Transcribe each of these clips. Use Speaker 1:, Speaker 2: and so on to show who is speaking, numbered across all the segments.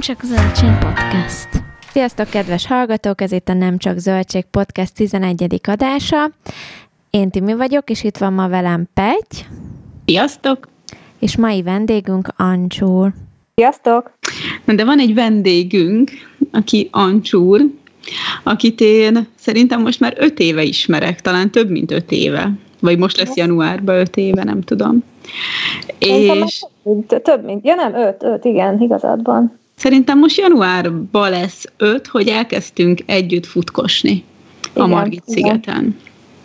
Speaker 1: Csak Zöldség Podcast. Sziasztok, kedves hallgatók! Ez itt a Nem Csak Zöldség Podcast 11. adása. Én Timi vagyok, és itt van ma velem Petty.
Speaker 2: Sziasztok!
Speaker 1: És mai vendégünk Ancsúr.
Speaker 3: Sziasztok!
Speaker 2: Na de van egy vendégünk, aki Ancsúr, akit én szerintem most már 5 éve ismerek, talán több mint 5 éve. Vagy most lesz januárban 5 éve, nem tudom.
Speaker 3: És több mint, ja nem, 5, igen, igazadban.
Speaker 2: Szerintem most januárban lesz 5, hogy elkezdtünk együtt futkosni a Margit-szigeten.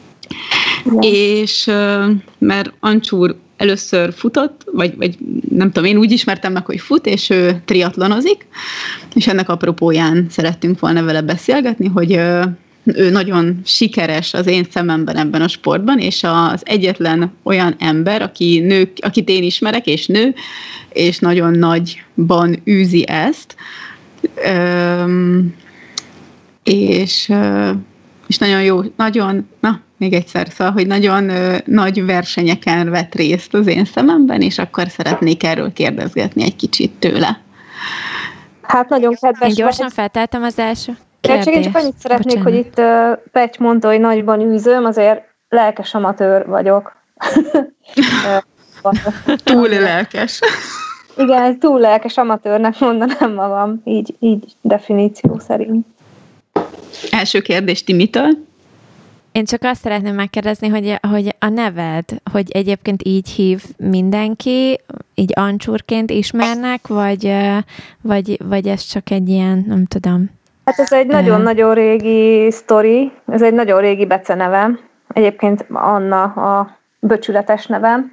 Speaker 2: És mert Ancsúr először futott, vagy nem tudom, én úgy ismertem meg, hogy fut, és ő triatlonozik, és ennek apropóján szerettünk volna vele beszélgetni, hogy ő nagyon sikeres az én szememben ebben a sportban, és az egyetlen olyan ember, akit én ismerek, és nő, és nagyon nagyban űzi ezt, és nagyon jó, még egyszer, szóval, hogy nagyon nagy versenyeken vett részt az én szememben, és akkor szeretnék erről kérdezgetni egy kicsit tőle.
Speaker 3: Hát nagyon kedves.
Speaker 1: Én gyorsan felteltem az első kérdést.
Speaker 3: Én csak annyit szeretnék, hogy itt Petty mondta, hogy nagyban űzöm, azért lelkes amatőr vagyok.
Speaker 2: Túl lelkes.
Speaker 3: Igen, túl lelkes amatőrnek mondanám magam, így definíció szerint.
Speaker 2: Első kérdés Timitől.
Speaker 1: Én csak azt szeretném megkérdezni, hogy a neved, hogy egyébként így hív mindenki, így Ancsúrként ismernek, vagy ez csak egy ilyen, nem tudom.
Speaker 3: Hát ez egy nagyon-nagyon régi sztori, ez egy nagyon régi becenevem. Egyébként Anna a becsületes nevem.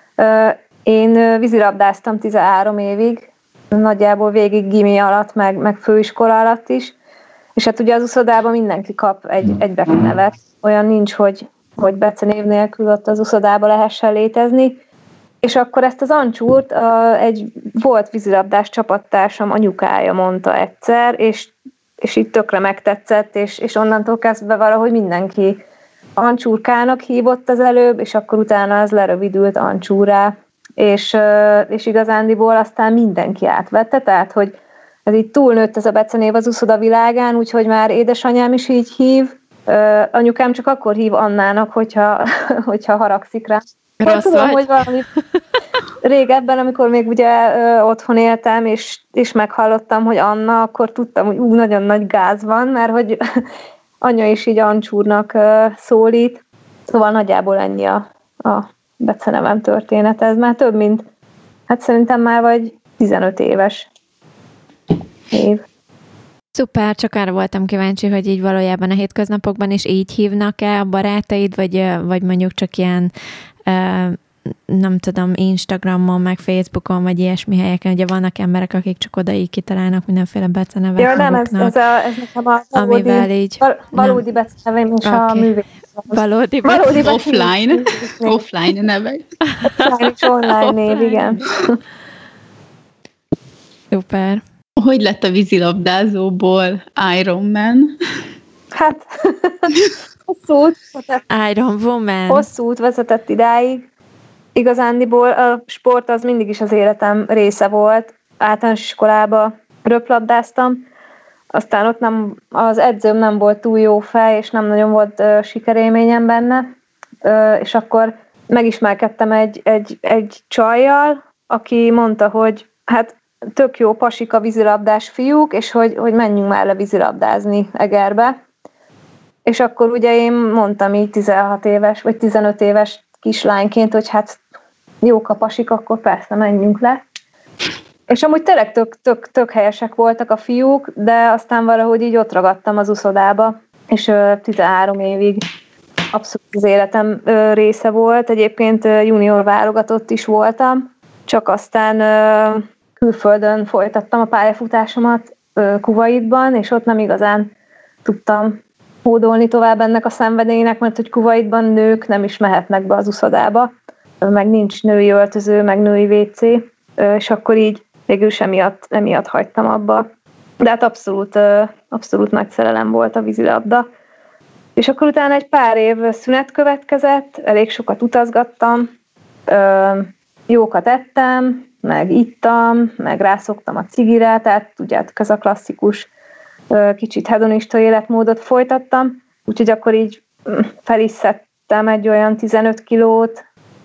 Speaker 3: Én vízilabdáztam 13 évig, nagyjából végig gimi alatt, meg főiskola alatt is, és hát ugye az uszodában mindenki kap egy becenevet. Olyan nincs, hogy becenév nélkül ott az uszodában lehessen létezni. És akkor ezt az Ancsúrt egy volt vízilabdás csapattársam anyukája mondta egyszer, és így tökre megtetszett, és onnantól kezdve valahogy mindenki Ancsúrkának hívott az előbb, és akkor utána az lerövidült Ancsúrrá, és igazándiból aztán mindenki átvette, tehát hogy ez így túlnőtt ez a becenév az uszoda világán, úgyhogy már édesanyám is így hív, anyukám csak akkor hív Annának, hogyha haragszik rá.
Speaker 1: Rossz
Speaker 3: tudom,
Speaker 1: vagy?
Speaker 3: hogy valami régebben, amikor még ugye otthon éltem, és meghallottam, hogy Anna, akkor tudtam, hogy nagyon nagy gáz van, mert hogy anya is így Ancsúrnak szólít. Szóval nagyjából ennyi a becenevem történet. Ez már több mint, hát szerintem már vagy 15 éves év.
Speaker 1: Szuper, csak arra voltam kíváncsi, hogy így valójában a hétköznapokban is így hívnak-e a barátaid, vagy mondjuk csak ilyen, nem tudom, Instagramon, meg Facebookon, vagy ilyesmi helyeken. Ugye vannak emberek, akik csak oda így kitalálnak mindenféle becenevet
Speaker 3: ja, nem,
Speaker 1: maguknak.
Speaker 3: Ez nekem a valódi becenevem és a művész.
Speaker 1: Valódi
Speaker 2: Offline nevek.
Speaker 3: Offline és online név, igen.
Speaker 1: Szuper.
Speaker 2: Hogy lett a vízilabdázóból Iron Man?
Speaker 3: Hát, hosszú út vezetett idáig. Igazándiból a sport az mindig is az életem része volt. Általános iskolába röplabdáztam, aztán ott az edzőm nem volt túl jó fej, és nem nagyon volt sikerélményem benne, és akkor megismerkedtem egy csajjal, aki mondta, hogy hát tök jó pasik a vízilabdás fiúk, és hogy menjünk már le vízilabdázni Egerbe. És akkor ugye én mondtam így 16 éves, vagy 15 éves kislányként, hogy hát jók a pasik, akkor persze menjünk le. És amúgy tényleg tök helyesek voltak a fiúk, de aztán valahogy így ott ragadtam az uszodába, és 13 évig abszolút az életem része volt. Egyébként junior válogatott is voltam, csak aztán külföldön folytattam a pályafutásomat Kuwaitban, és ott nem igazán tudtam hódolni tovább ennek a szenvedélynek, mert hogy Kuwaitban nők nem is mehetnek be az uszodába, meg nincs női öltöző, meg női WC, és akkor így végül is emiatt hagytam abba. De hát abszolút nagy szerelem volt a vízilabda. És akkor utána egy pár év szünet következett, elég sokat utazgattam, jókat ettem, meg ittam, meg rászoktam a cigire, tehát tudjátok, ez a klasszikus kicsit hedonista életmódot folytattam, úgyhogy akkor így fel is szedtem egy olyan 15 kilót,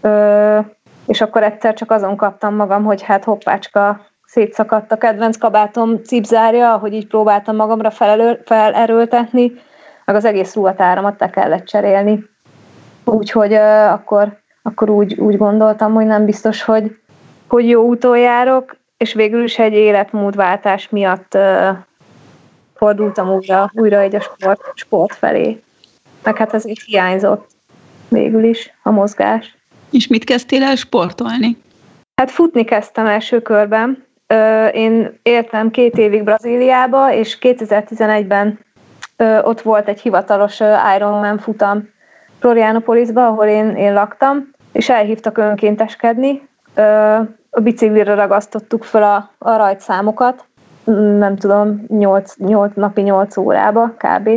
Speaker 3: és akkor egyszer csak azon kaptam magam, hogy hát hoppácska, szétszakadt a kedvenc kabátom cipzárja, ahogy így próbáltam magamra felerőltetni, meg az egész ruhatáramat le kellett cserélni. Úgyhogy akkor úgy gondoltam, hogy nem biztos, hogy jó úton járok, és végül is egy életmódváltás miatt fordultam újra egy a sport felé. Meg hát ezért hiányzott végül is a mozgás.
Speaker 2: És mit kezdtél el sportolni?
Speaker 3: Hát futni kezdtem első körben. Én éltem 2 évig Brazíliába, és 2011-ben ott volt egy hivatalos Ironman futam Florianopolisba, ahol én laktam, és elhívtak önkénteskedni. A biciklire ragasztottuk fel a rajtszámokat, nem tudom, napi 8 órába kb.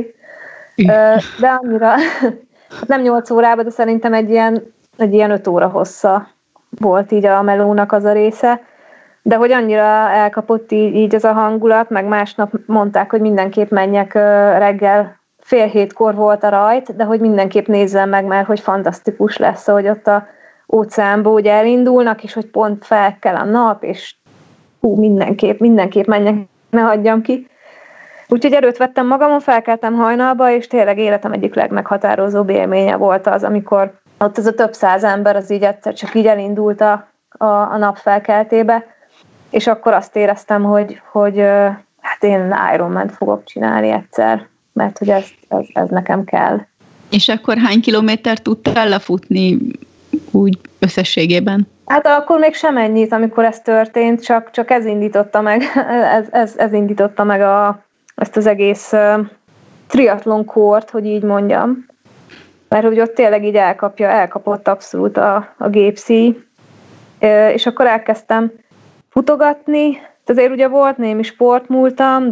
Speaker 3: De annyira, hát nem 8 órába, de szerintem egy ilyen 5 óra hossza volt így a melónak az a része, de hogy annyira elkapott így ez a hangulat, meg másnap mondták, hogy mindenképp menjek reggel 6:30 volt a rajt, de hogy mindenképp nézzem meg, mert hogy fantasztikus lesz, hogy ott a óceánba ugye elindulnak, és hogy pont fel kell a nap, és mindenképp menjek, ne hagyjam ki. Úgyhogy erőt vettem magamon, felkeltem hajnalba, és tényleg életem egyik legmeghatározóbb élménye volt az, amikor ott ez a több száz ember az így egyszer csak így elindult a nap felkeltébe, és akkor azt éreztem, hogy hát én Ironman-t fogok csinálni egyszer, mert hogy ez nekem kell.
Speaker 2: És akkor hány kilométert tudtál lefutni úgy összességében?
Speaker 3: Hát akkor még sem ennyit, amikor ez történt, csak ez indította meg, ez indította meg ezt az egész triatlon kort, hogy így mondjam. Mert hogy ott tényleg így elkapott abszolút a gépszíj, és akkor elkezdtem futogatni, azért ugye volt némi sportmúltam,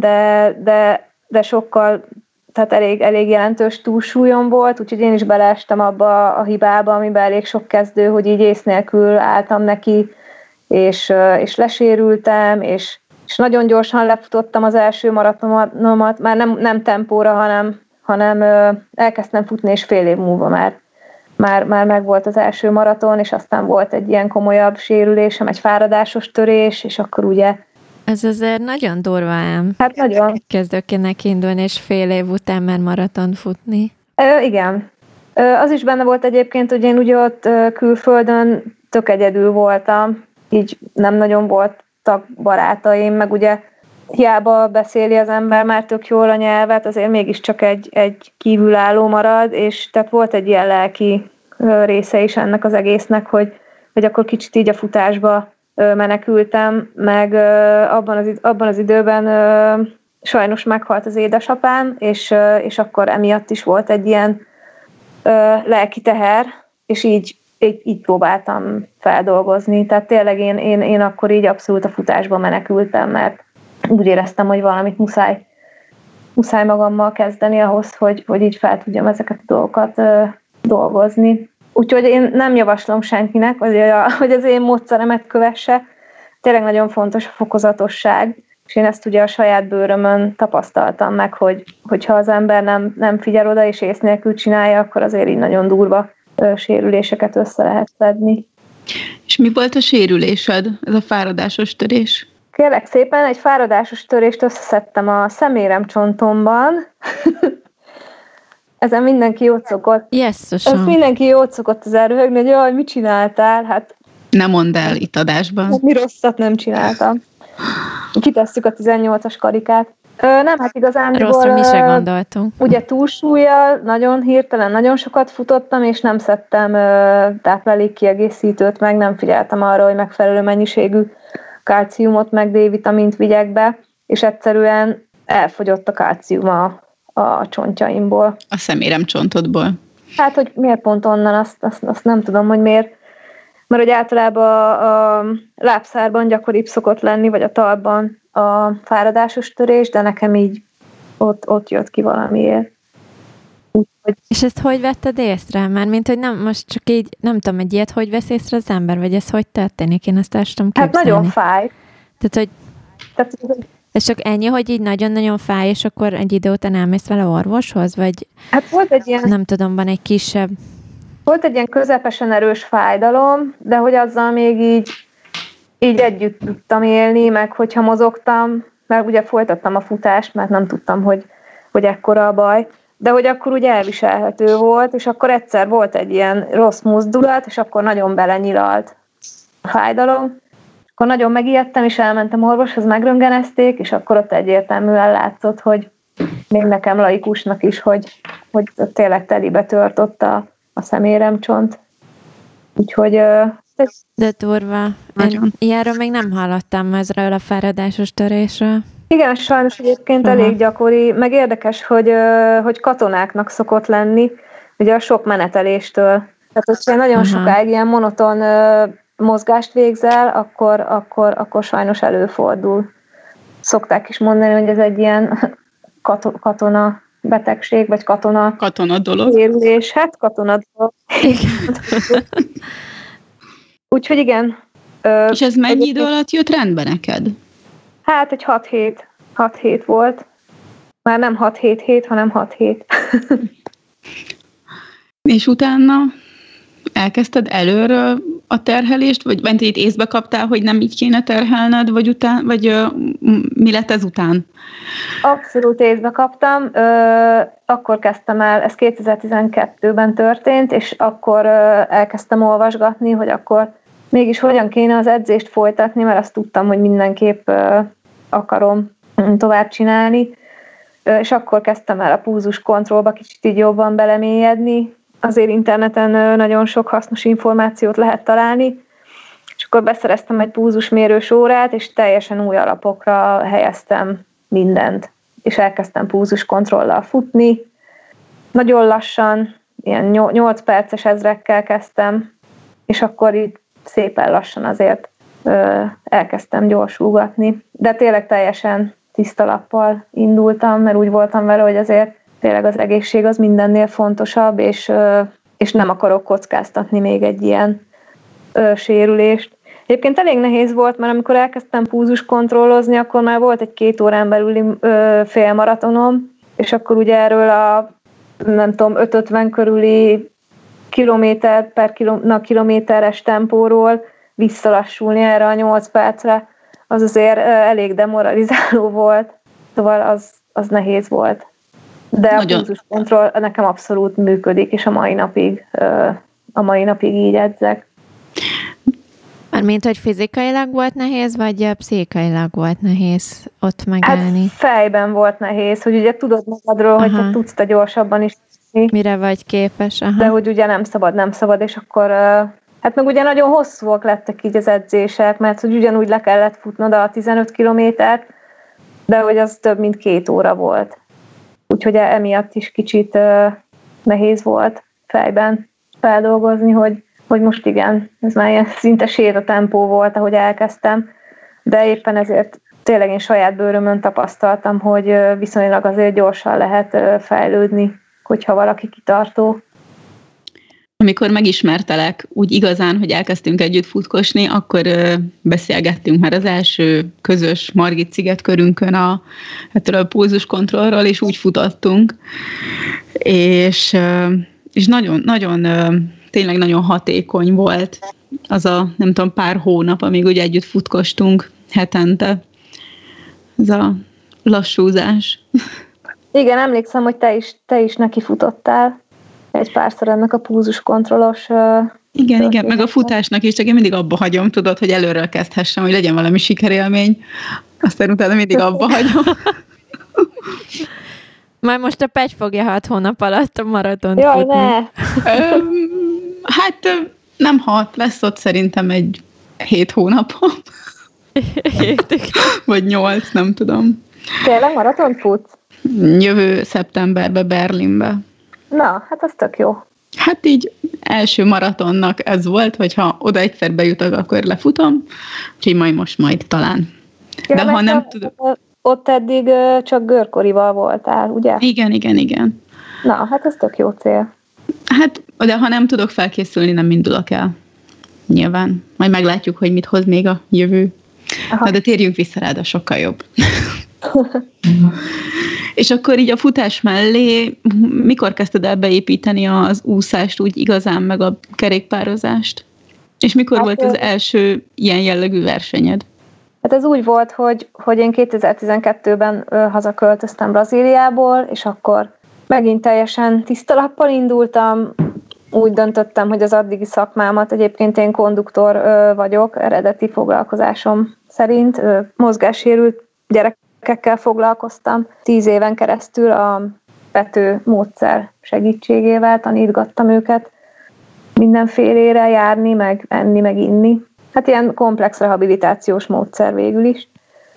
Speaker 3: de sokkal, tehát elég jelentős túlsúlyom volt, úgyhogy én is beleestem abba a hibába, amiben elég sok kezdő, hogy így ész nélkül álltam neki, és lesérültem, és nagyon gyorsan lefutottam az első maratonomat, már nem tempóra, hanem elkezdtem futni, és fél év múlva már megvolt az első maraton, és aztán volt egy ilyen komolyabb sérülésem, egy fáradásos törés, és akkor ugye...
Speaker 1: Ez azért nagyon durva ám.
Speaker 3: Hát nagyon.
Speaker 1: Kezdőkének indulni, és fél év után már maraton futni.
Speaker 3: Igen. Az is benne volt egyébként, hogy én ugye ott külföldön tök egyedül voltam, így nem nagyon voltak barátaim, meg ugye hiába beszéli az ember már tök jól a nyelvet, azért mégiscsak egy kívülálló marad, és tehát volt egy ilyen lelki része is ennek az egésznek, hogy akkor kicsit így a futásba menekültem, meg abban az időben sajnos meghalt az édesapám, és akkor emiatt is volt egy ilyen lelki teher, és így próbáltam feldolgozni. Tehát tényleg én akkor így abszolút a futásba menekültem, mert úgy éreztem, hogy valamit muszáj magammal kezdeni ahhoz, hogy így fel tudjam ezeket a dolgokat dolgozni. Úgyhogy én nem javaslom senkinek, hogy az én módszeremet kövesse. Tényleg nagyon fontos a fokozatosság, és én ezt ugye a saját bőrömön tapasztaltam meg, hogyha az ember nem figyel oda és ész nélkül csinálja, akkor azért így nagyon durva sérüléseket össze lehet szedni.
Speaker 2: És mi volt a sérülésed, ez a fáradásos törés?
Speaker 3: Kérlek szépen, egy fáradásos törést összeszedtem a szeméremcsontomban. Ezen mindenki jót szokott.
Speaker 1: Jesszusom.
Speaker 3: Mindenki jót szokott az röhögni, hogy jaj, mit csináltál? Hát,
Speaker 2: ne mondd el itt adásban.
Speaker 3: Mi rosszat nem csináltam. Kitesszük a 18-as karikát. Nem, hát igazándiból...
Speaker 1: Rosszra mi se gondoltunk.
Speaker 3: Ugye túlsúllyal, nagyon hirtelen, nagyon sokat futottam, és nem szedtem táplálékkiegészítőt, meg nem figyeltem arra, hogy megfelelő mennyiségű kalciumot, meg D-vitamint vigyek be, és egyszerűen elfogyott a kalcium a csontjaimból.
Speaker 2: A szeméremcsontodból.
Speaker 3: Hát, hogy miért pont onnan, azt nem tudom, hogy miért. Mert hogy általában a lábszárban gyakoribb szokott lenni, vagy a talpban a fáradásos törés, de nekem így ott jött ki valamiért. Úgyhogy...
Speaker 1: És ezt hogy vetted észre? Már mint, hogy nem, most csak így, nem tudom, egy ilyet hogy vesz észre az ember, vagy ez hogy történik? Én ezt el tudom képzelni.
Speaker 3: Hát nagyon fáj.
Speaker 1: Tehát, ez csak ennyi, hogy így nagyon-nagyon fáj, és akkor egy idő után elmész vele orvoshoz? Vagy
Speaker 3: hát volt egy ilyen...
Speaker 1: Nem tudom, van egy kisebb...
Speaker 3: Volt egy ilyen közepesen erős fájdalom, de hogy azzal még így együtt tudtam élni, meg hogyha mozogtam, mert ugye folytattam a futást, mert nem tudtam, hogy ekkora a baj, de hogy akkor ugye elviselhető volt, és akkor egyszer volt egy ilyen rossz mozdulat, és akkor nagyon belenyilalt a fájdalom. Akkor nagyon megijedtem, és elmentem orvoshoz, megröntgenezték, és akkor ott egyértelműen látszott, hogy még nekem laikusnak is, hogy tényleg telibe tört ott a szeméremcsont. Úgyhogy...
Speaker 1: De durva. Ilyenről még nem hallottam ezről a fáradásos törésről.
Speaker 3: Igen, sajnos egyébként elég gyakori, meg érdekes, hogy katonáknak szokott lenni, ugye a sok meneteléstől. Tehát, hogyha nagyon sokáig ilyen monoton mozgást végzel, akkor sajnos előfordul. Szokták is mondani, hogy ez egy ilyen katona betegség, vagy katona
Speaker 2: dolog.
Speaker 3: Érülés. Hát katona dolog. Úgyhogy igen.
Speaker 2: És ez mennyi idő alatt jött rendbe neked?
Speaker 3: Hát egy 6 hét volt. Már nem 6-7 hét, hanem 6 hét.
Speaker 2: És utána elkezdted előről a terhelést, vagy itt észbe kaptál, hogy nem így kéne terhelned, vagy mi lett ezután?
Speaker 3: Abszolút észbe kaptam. Akkor kezdtem el, ez 2012-ben történt, és akkor elkezdtem olvasgatni, hogy akkor mégis hogyan kéne az edzést folytatni, mert azt tudtam, hogy mindenképp akarom tovább csinálni. És akkor kezdtem el a pulzus kontrollba kicsit így jobban belemélyedni. Azért interneten nagyon sok hasznos információt lehet találni, és akkor beszereztem egy pulzusmérős órát, és teljesen új alapokra helyeztem mindent, és elkezdtem pulzuskontrollal futni. Nagyon lassan, ilyen 8 perces ezrekkel kezdtem, és akkor így szépen lassan azért elkezdtem gyorsulgatni. De tényleg teljesen tiszta lappal indultam, mert úgy voltam vele, hogy azért tényleg az egészség az mindennél fontosabb, és nem akarok kockáztatni még egy ilyen sérülést. Egyébként elég nehéz volt, mert amikor elkezdtem pulzuskontrollozni, akkor már volt egy 2 órán belüli félmaratonom, és akkor ugye erről a, nem tudom, 550 körüli kilométer per kilométeres tempóról visszalassulni erre a 8 percre, az azért elég demoralizáló volt. Szóval az nehéz volt. De a pulzuskontroll nekem abszolút működik, és a mai napig így edzek.
Speaker 1: Mármint, hogy fizikailag volt nehéz, vagy pszichikailag volt nehéz ott megállni?
Speaker 3: Hát fejben volt nehéz, hogy ugye tudod magadról, hogy te tudsz te gyorsabban is.
Speaker 1: Mire vagy képes? Aha.
Speaker 3: De hogy ugye nem szabad, és akkor... Hát meg ugye nagyon hosszúak lettek így az edzések, mert hogy ugyanúgy le kellett futnod a 15 kilométert, de hogy az több mint 2 óra volt. Úgyhogy emiatt is kicsit nehéz volt fejben feldolgozni, hogy most igen, ez már ilyen szinte sétatempó volt, ahogy elkezdtem, de éppen ezért tényleg én saját bőrömön tapasztaltam, hogy viszonylag azért gyorsan lehet fejlődni, hogyha valaki kitartó.
Speaker 2: Amikor megismertelek úgy igazán, hogy elkezdtünk együtt futkosni, akkor beszélgettünk már az első közös Margit-sziget körünkön a pulzuskontrollról, és úgy futottunk. És nagyon, nagyon, tényleg nagyon hatékony volt az a, nem tudom, pár hónap, amíg úgy együtt futkostunk hetente. Ez a lassúzás.
Speaker 3: Igen, emlékszem, hogy te is neki futottál egy párszor ennek a pulzuskontrollos...
Speaker 2: Igen, meg a futásnak is, csak én mindig abba hagyom, tudod, hogy előről kezdhessem, hogy legyen valami sikerélmény, aztán utána mindig abba hagyom.
Speaker 1: Majd most a Pegy fogja 6 hónap alatt a maratont
Speaker 3: Jaj,
Speaker 1: futni.
Speaker 3: Ne.
Speaker 2: Hát nem 6, lesz ott szerintem egy 7 hónapom. Vagy 8, nem tudom.
Speaker 3: Tényleg maratont futsz?
Speaker 2: Jövő szeptemberben Berlinbe.
Speaker 3: Na, hát az tök jó.
Speaker 2: Hát így első maratonnak ez volt, hogyha oda egyszer bejutok, akkor lefutom, úgyhogy majd talán. De ha nem tudom...
Speaker 3: Ott eddig csak görkorival voltál, ugye?
Speaker 2: Igen.
Speaker 3: Na, hát ez tök jó cél.
Speaker 2: Hát, de ha nem tudok felkészülni, nem indulok el. Nyilván. Majd meglátjuk, hogy mit hoz még a jövő. Aha. Na, de térjünk vissza rád, sokkal jobb. És akkor így a futás mellé mikor kezdted el beépíteni az úszást úgy igazán, meg a kerékpározást? És mikor volt az első ilyen jellegű versenyed?
Speaker 3: Hát ez úgy volt, hogy én 2012-ben hazaköltöztem Brazíliából, és akkor megint teljesen tiszta lappal indultam. Úgy döntöttem, hogy az addigi szakmámat, egyébként én konduktor vagyok, eredeti foglalkozásom szerint, mozgássérült gyerekekkel foglalkoztam. 10 éven keresztül a vető módszer segítségével tanítgattam őket mindenfélére járni, meg enni, meg inni. Hát ilyen komplex rehabilitációs módszer végül is.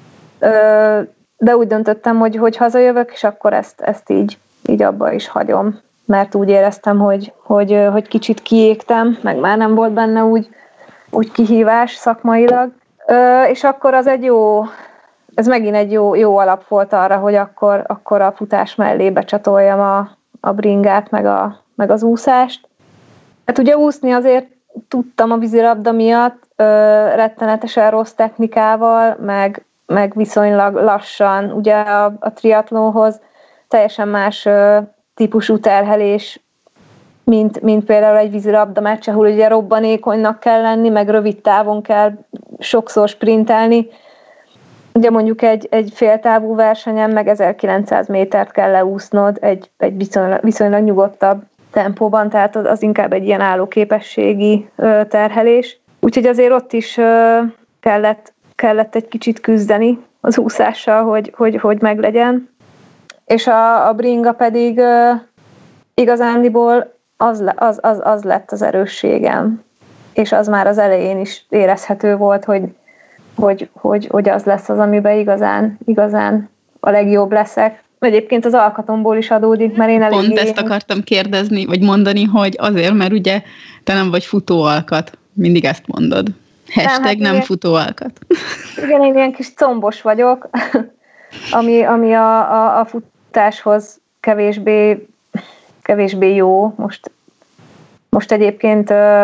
Speaker 3: De úgy döntöttem, hogy hazajövök, és akkor ezt így abba is hagyom. Mert úgy éreztem, hogy kicsit kiégtem, meg már nem volt benne úgy kihívás szakmailag. És akkor ez megint egy jó alap volt arra, hogy akkor a futás mellé becsatoljam a bringát, meg az úszást. Hát ugye úszni azért tudtam a vízilabda miatt, rettenetesen rossz technikával, meg viszonylag lassan. Ugye a triatlonhoz teljesen más típusú terhelés, mint például egy vízilabda meccs, ahol ugye robbanékonynak kell lenni, meg rövid távon kell sokszor sprintelni. Ugye mondjuk egy féltávú versenyen meg 1900 métert kell leúsznod egy viszonylag nyugodtabb tempóban, tehát az inkább egy ilyen állóképességi terhelés. Úgyhogy azért ott is kellett egy kicsit küzdeni az úszással, hogy meglegyen. És a bringa pedig igazándiból az lett az erősségem. És az már az elején is érezhető volt, hogy az lesz az, amiben igazán a legjobb leszek. Egyébként az alkatomból is adódik, mert én eléggé...
Speaker 2: Pont ezt akartam kérdezni, vagy mondani, hogy azért, mert ugye te nem vagy futóalkat. Mindig ezt mondod. #nem futóalkat.
Speaker 3: Igen, én ilyen kis combos vagyok, ami a futáshoz kevésbé jó. Most egyébként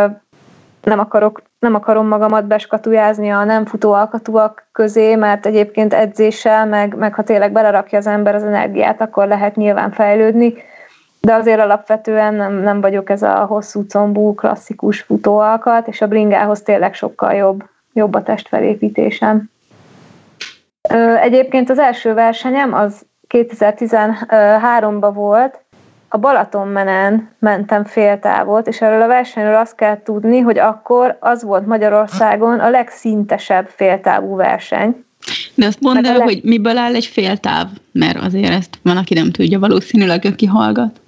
Speaker 3: nem akarom magamat beskatujázni a nem futóalkatúak közé, mert egyébként edzéssel, meg ha tényleg belerakja az ember az energiát, akkor lehet nyilván fejlődni, de azért alapvetően nem vagyok ez a hosszú combú, klasszikus futóalkat, és a bringához tényleg sokkal jobb a testfelépítésem. Egyébként az első versenyem az 2013-ban volt, a Balatonmenen mentem féltávot, és erről a versenyről azt kell tudni, hogy akkor az volt Magyarországon a legszintesebb féltávú verseny.
Speaker 2: De azt mondd el, hogy miből áll egy féltáv, mert azért ezt van, aki nem tudja, valószínűleg, aki hallgat.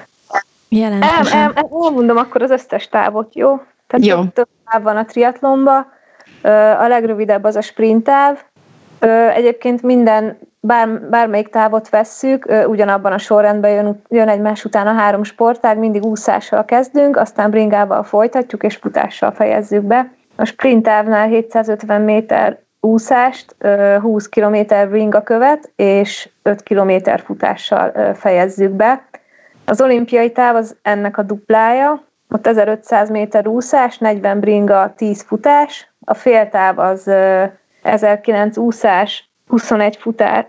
Speaker 3: Elmondom akkor az összes távot, jó? Tehát több táv van a triatlonban, a legrövidebb az a sprinttáv. Egyébként bármelyik távot vesszük, ugyanabban a sorrendben jön egymás után a 3 sportág, mindig úszással kezdünk, aztán bringával folytatjuk, és futással fejezzük be. A sprinttávnál 750 méter úszást, 20 km bringa követ, és 5 km futással fejezzük be. Az olimpiai táv az ennek a duplája, ott 1500 méter úszás, 40 bringa, 10 futás, a féltáv az 1900 úszás, 21 futás,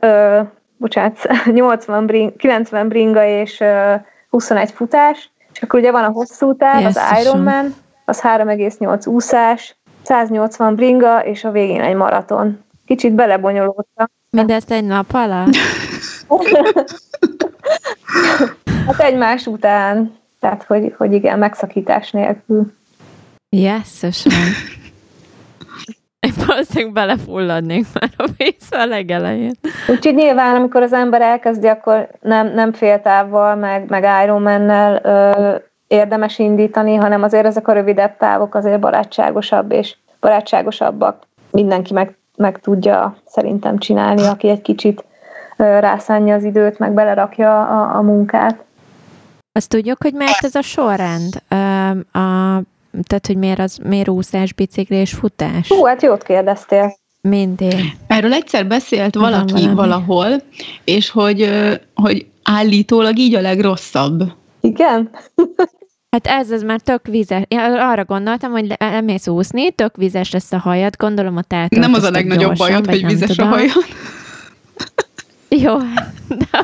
Speaker 3: 90 bringa és 21 futás, és akkor ugye van a hosszú táv, az Ironman, az 3,8 úszás, 180 bringa, és a végén egy maraton. Kicsit belebonyolódtam.
Speaker 1: Mindezt egy nap alatt?
Speaker 3: Hát egymás után, tehát hogy igen, megszakítás nélkül.
Speaker 1: Jesszusom. Én valószínűleg belefulladnék már a vízbe a legelején.
Speaker 3: Úgyhogy nyilván, amikor az ember elkezdi, akkor nem féltávval, meg Ironmannel érdemes indítani, hanem azért ezek a rövidebb távok azért barátságosabbak. Mindenki meg tudja szerintem csinálni, aki egy kicsit rászánja az időt, meg belerakja a munkát.
Speaker 1: Azt tudjuk, hogy miért ez a sorrend? Tehát, hogy miért úszás, bicikli és futás?
Speaker 3: Hát jót kérdeztél.
Speaker 1: Mindig.
Speaker 2: Erről egyszer beszélt valaki valahol, és hogy állítólag így a legrosszabb.
Speaker 3: Igen?
Speaker 1: Hát ez már tök vizes. Én arra gondoltam, hogy elmész úszni, tök vizes lesz a hajad, gondolom a tától.
Speaker 2: Nem az a legnagyobb bajod, hogy vizes a hajad.
Speaker 1: Jó, de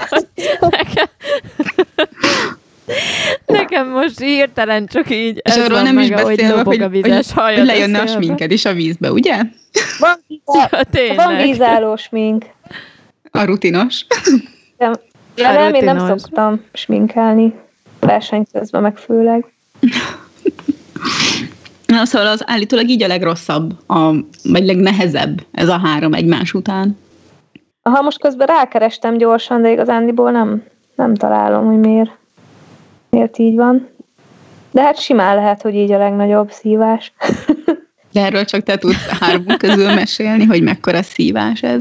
Speaker 1: nekem most hirtelen csak így
Speaker 2: és arról nem is beszélve,
Speaker 1: hogy
Speaker 2: lejönne a sminked is a vízbe, ugye?
Speaker 3: Van vízálló smink.
Speaker 2: A rutinos.
Speaker 3: Nem, én nem szoktam sminkelni. Verseny közben meg főleg.
Speaker 2: Na, szóval az állítólag így a legrosszabb, vagy legnehezebb ez a 3 egymás után.
Speaker 3: Aha, most közben rákerestem gyorsan, de igazándiból nem találom, hogy miért így van. De hát simán lehet, hogy így a legnagyobb szívás.
Speaker 2: De erről csak te tudsz 3 közül mesélni, hogy mekkora szívás ez.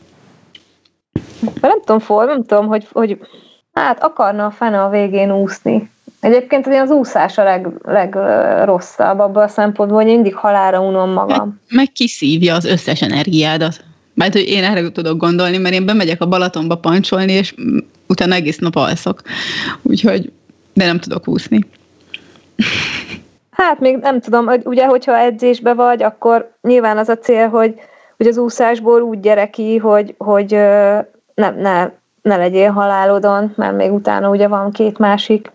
Speaker 3: Nem tudom, hogy hát akarna a fene a végén úszni. Egyébként az úszás a legrosszabb abban a szempontból, hogy mindig halálra unom magam.
Speaker 2: Meg kiszívja az összes energiádat. Mert hogy én erre tudok gondolni, mert én bemegyek a Balatonba pancsolni, és utána egész nap alszok. Úgyhogy, de nem tudok úszni.
Speaker 3: Hát még nem tudom, ugye, hogyha edzésbe vagy, akkor nyilván az a cél, hogy az úszásból úgy gyere ki, hogy ne legyél halálodon, mert még utána ugye van 2 másik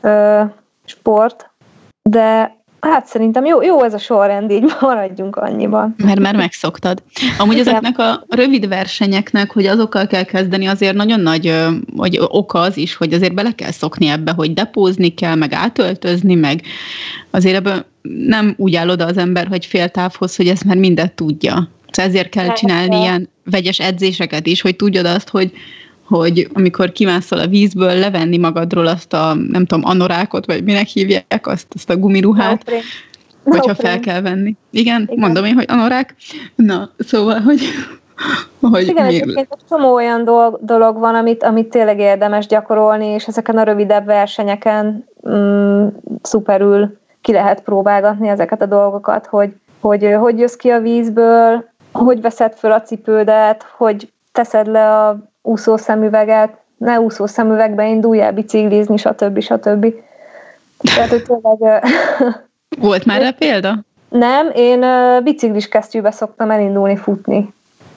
Speaker 3: sport, de hát szerintem jó ez a sorrend, így maradjunk annyiban.
Speaker 2: Mert már megszoktad. Amúgy ezeknek a rövid versenyeknek, hogy azokkal kell kezdeni, azért nagyon nagy vagy oka az is, hogy azért bele kell szokni ebbe, hogy depózni kell, meg átöltözni, meg azért ebben nem úgy áll oda az ember, hogy fél távhoz, hogy ezt már mindent tudja. Szóval ezért kell csinálni ilyen vegyes edzéseket is, hogy tudjad azt, hogy amikor kimászol a vízből, levenni magadról azt a, nem tudom, anorákot, vagy minek hívják, azt a gumiruhát, hogyha fel kell venni. Igen, mondom én, hogy anorák. Na, szóval, hogy
Speaker 3: igen, egyébként egy csomó olyan dolog van, amit tényleg érdemes gyakorolni, és ezeken a rövidebb versenyeken szuperül ki lehet próbálgatni ezeket a dolgokat, hogy jössz ki a vízből, hogy veszed föl a cipődet, hogy teszed le a úszószemüveget, ne úszószemüvegbe indulj el biciklizni, stb. Tehát, hogy tényleg...
Speaker 2: Volt már rá példa?
Speaker 3: Nem, én biciklis kesztyűbe szoktam elindulni futni.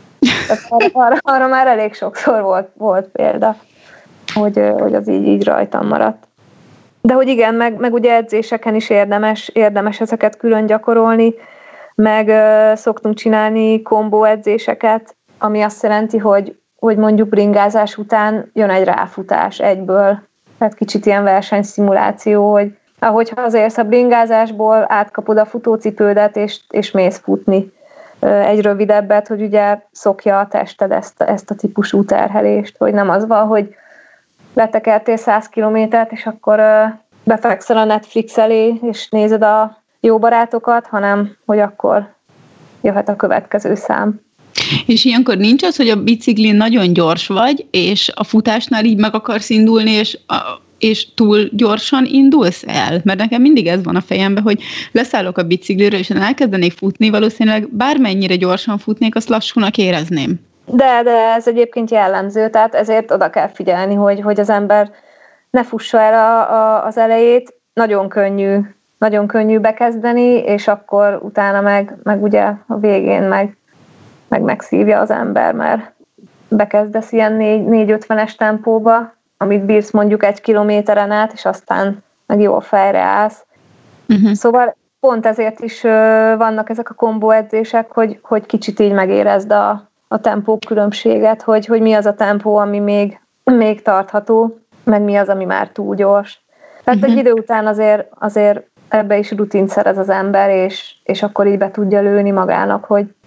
Speaker 3: Arra már elég sokszor volt példa, hogy az így rajtam maradt. De hogy igen, meg ugye edzéseken is érdemes ezeket külön gyakorolni, meg szoktunk csinálni kombó edzéseket, ami azt jelenti, hogy mondjuk bringázás után jön egy ráfutás egyből. Tehát kicsit ilyen versenyszimuláció, hogy ahogy hazaérsz a bringázásból, átkapod a futócipődet, és mész futni egy rövidebbet, hogy ugye szokja a tested ezt a típusú terhelést, hogy nem az van, hogy letekertél 100 kilométert, és akkor befekszel a Netflix elé, és nézed a jó barátokat, hanem hogy akkor jöhet a következő szám.
Speaker 2: És ilyenkor nincs az, hogy a biciklin nagyon gyors vagy, és a futásnál így meg akarsz indulni, és túl gyorsan indulsz el? Mert nekem mindig ez van a fejemben, hogy leszállok a bicikliről, és elkezdenék futni, valószínűleg bármennyire gyorsan futnék, azt lassúnak érezném.
Speaker 3: De ez egyébként jellemző, tehát ezért oda kell figyelni, hogy az ember ne fussa el az elejét, nagyon könnyű bekezdeni, és akkor utána meg ugye a végén meg megszívja az ember, mert bekezdesz ilyen 4-50-es tempóba, amit bírsz mondjuk 1 kilométeren át, és aztán meg jól fejre állsz. Uh-huh. Szóval pont ezért is vannak ezek a kombóedzések, hogy kicsit így megérezd a tempó különbséget, hogy mi az a tempó, ami még tartható, meg mi az, ami már túl gyors. Tehát egy idő után azért ebbe is rutint szerez az ember, és akkor így be tudja lőni magának,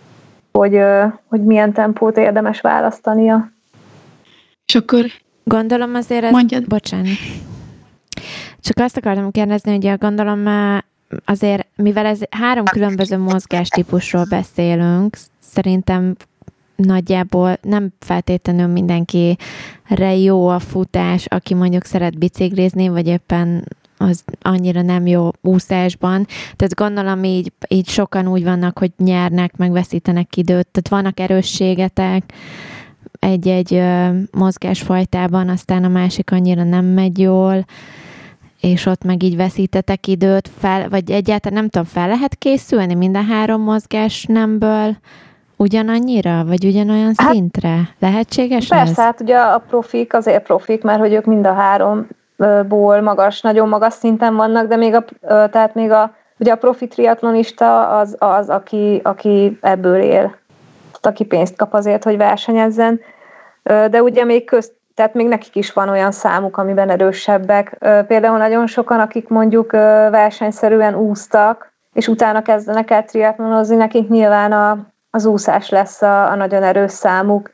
Speaker 3: hogy milyen tempót érdemes választania.
Speaker 2: És akkor
Speaker 1: gondolom azért bocsánat. Csak azt akartam kérdezni, hogy gondolom azért, mivel ez 3 különböző mozgástípusról beszélünk, szerintem nagyjából nem feltétlenül mindenkire jó a futás, aki mondjuk szeret biciklizni, vagy éppen az annyira nem jó úszásban. Tehát gondolom így sokan úgy vannak, hogy nyernek, meg veszítenek időt. Tehát vannak erősségetek, egy-egy mozgásfajtában, aztán a másik annyira nem megy jól, és ott meg így veszítetek időt, vagy egyáltalán nem tudom, fel lehet készülni minden 3 mozgás nemből ugyanannyira, vagy ugyanolyan szintre? Lehetséges
Speaker 3: persze,
Speaker 1: ez?
Speaker 3: Hát ugye a profik azért profik, mert hogy ők mind a 3-ból nagyon magas szinten vannak, de ugye a profi triatlonista az aki ebből él, aki pénzt kap azért, hogy versenyezzen, de ugye tehát még nekik is van olyan számuk, amiben erősebbek. Például nagyon sokan, akik mondjuk versenyszerűen úsztak, és utána kezdenek el triatlonozni, nekik nyilván az úszás lesz a nagyon erős számuk,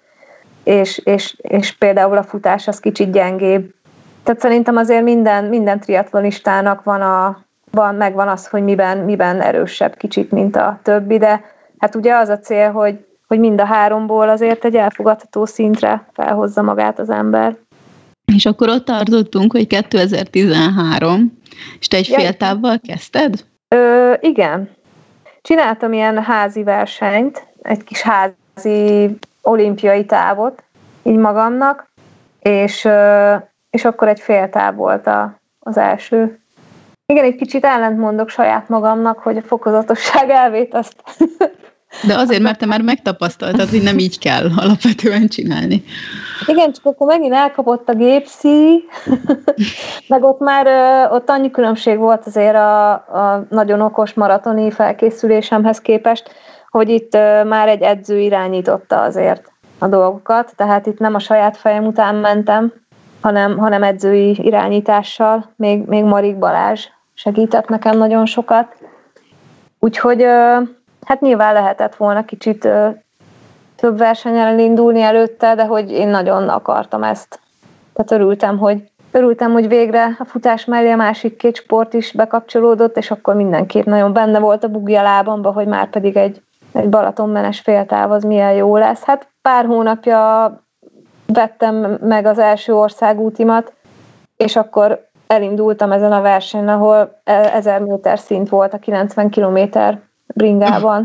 Speaker 3: és például a futás az kicsit gyengébb. Tehát szerintem azért minden triatlonistának megvan az, hogy miben erősebb kicsit, mint a többi, de hát ugye az a cél, hogy mind a 3-ból azért egy elfogadható szintre felhozza magát az ember.
Speaker 2: És akkor ott tartottunk, hogy 2013, és te egy féltávval kezdted?
Speaker 3: Igen. Csináltam ilyen házi versenyt, egy kis házi olimpiai távot, így magamnak, és akkor egy féltáv volt az első. Igen, egy kicsit ellentmondok saját magamnak, hogy a fokozatosság elvét azt...
Speaker 2: De azért, mert te már megtapasztaltad, hogy nem így kell alapvetően csinálni.
Speaker 3: Igen, csak akkor megint elkapott a gépszíj, meg ott annyi különbség volt azért a nagyon okos maratoni felkészülésemhez képest, hogy itt már egy edző irányította azért a dolgokat, tehát itt nem a saját fejem után mentem, hanem edzői irányítással, még Marik Balázs segített nekem nagyon sokat. Úgyhogy hát nyilván lehetett volna kicsit több versenyen elindulni előtte, de hogy én nagyon akartam ezt. Tehát örültem, hogy végre a futás mellé a másik 2 sport is bekapcsolódott, és akkor mindenképp nagyon benne volt a bugi a lábamba, hogy már pedig egy Balatonmenes féltáv az milyen jó lesz. Hát pár hónapja vettem meg az első országútimat, és akkor elindultam ezen a versenyen, ahol 1000 méter szint volt a 90 kilométer bringában.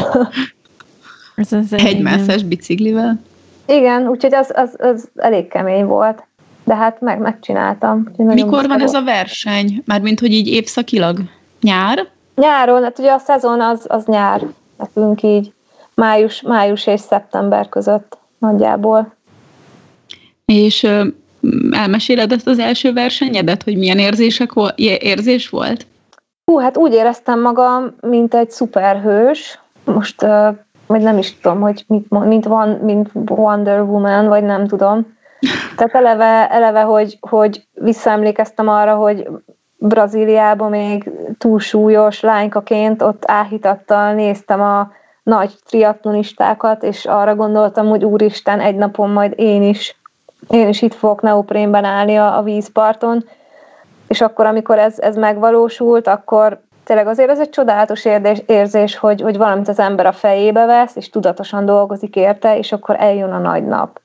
Speaker 2: Hegymászás biciklivel?
Speaker 3: Igen, úgyhogy az elég kemény volt. De hát megcsináltam.
Speaker 2: Mikor van ez a verseny? Mármint, hogy így évszakilag? Nyár?
Speaker 3: Nyáron, hát ugye a szezon az nyár. Nekünk így május és szeptember között nagyjából.
Speaker 2: És elmeséled ezt az első versenyedet, hogy milyen érzés volt?
Speaker 3: Hát úgy éreztem magam, mint egy szuperhős. Most vagy nem is tudom, hogy mint Wonder Woman, vagy nem tudom. Tehát eleve hogy visszaemlékeztem arra, hogy Brazíliában még túlsúlyos lánykaként ott áhítattal néztem a nagy triatlonistákat, és arra gondoltam, hogy úristen, egy napon majd én is itt fogok neoprénben állni a vízparton, és akkor, amikor ez megvalósult, akkor tényleg azért ez egy csodálatos érzés, hogy valamit az ember a fejébe vesz, és tudatosan dolgozik érte, és akkor eljön a nagy nap,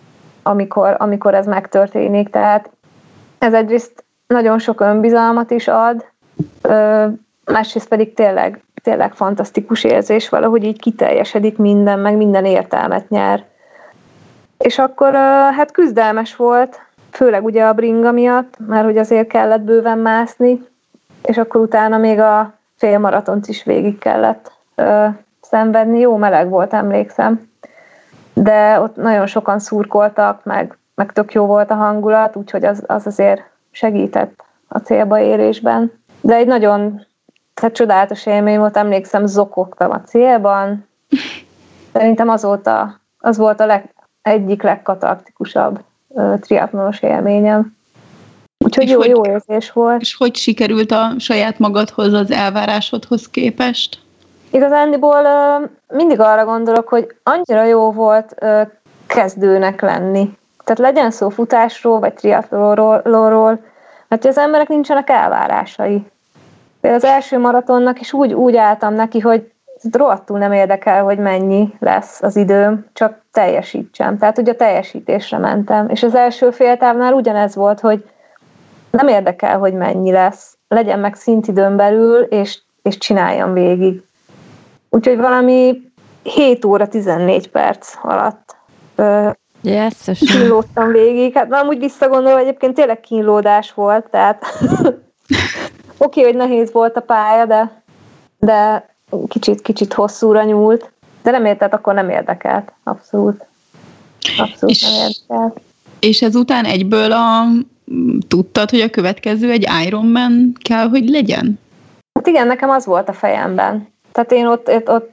Speaker 3: amikor ez megtörténik. Tehát ez egyrészt nagyon sok önbizalmat is ad, másrészt pedig tényleg fantasztikus érzés, valahogy így kiteljesedik minden, meg minden értelmet nyer. És akkor hát küzdelmes volt, főleg ugye a bringa miatt, mert hogy azért kellett bőven mászni, és akkor utána még a félmaratont is végig kellett szenvedni. Jó meleg volt, emlékszem. De ott nagyon sokan szurkoltak, meg tök jó volt a hangulat, úgyhogy az azért segített a célba érésben. De egy nagyon csodálatos élmény volt, emlékszem, zokogtam a célban. Szerintem az volt egyik legkatartikusabb triatlonos élményem. Úgyhogy jó érzés volt.
Speaker 2: És hogy sikerült a saját magadhoz, az elvárásodhoz képest?
Speaker 3: Igazándiból mindig arra gondolok, hogy annyira jó volt kezdőnek lenni. Tehát legyen szó futásról, vagy triatlonról, mert az emberek nincsenek elvárásai. Például az első maratonnak is úgy álltam neki, hogy rohadtul nem érdekel, hogy mennyi lesz az időm, csak teljesítsem. Tehát ugye a teljesítésre mentem. És az első féltávnál ugyanez volt, hogy nem érdekel, hogy mennyi lesz. Legyen meg szintidőn belül, és csináljam végig. Úgyhogy valami 7 óra 14 perc alatt
Speaker 1: Jesszusom.
Speaker 3: Kínlódtam végig. Hát amúgy visszagondolva egyébként tényleg kínlódás volt, tehát oké, hogy nehéz volt a pálya, de kicsit hosszúra nyúlt. De nem értett, akkor nem érdekelt. Abszolút nem érdekelt.
Speaker 2: És ezután egyből tudtad, hogy a következő egy Ironman kell, hogy legyen?
Speaker 3: Hát igen, nekem az volt a fejemben. Tehát én ott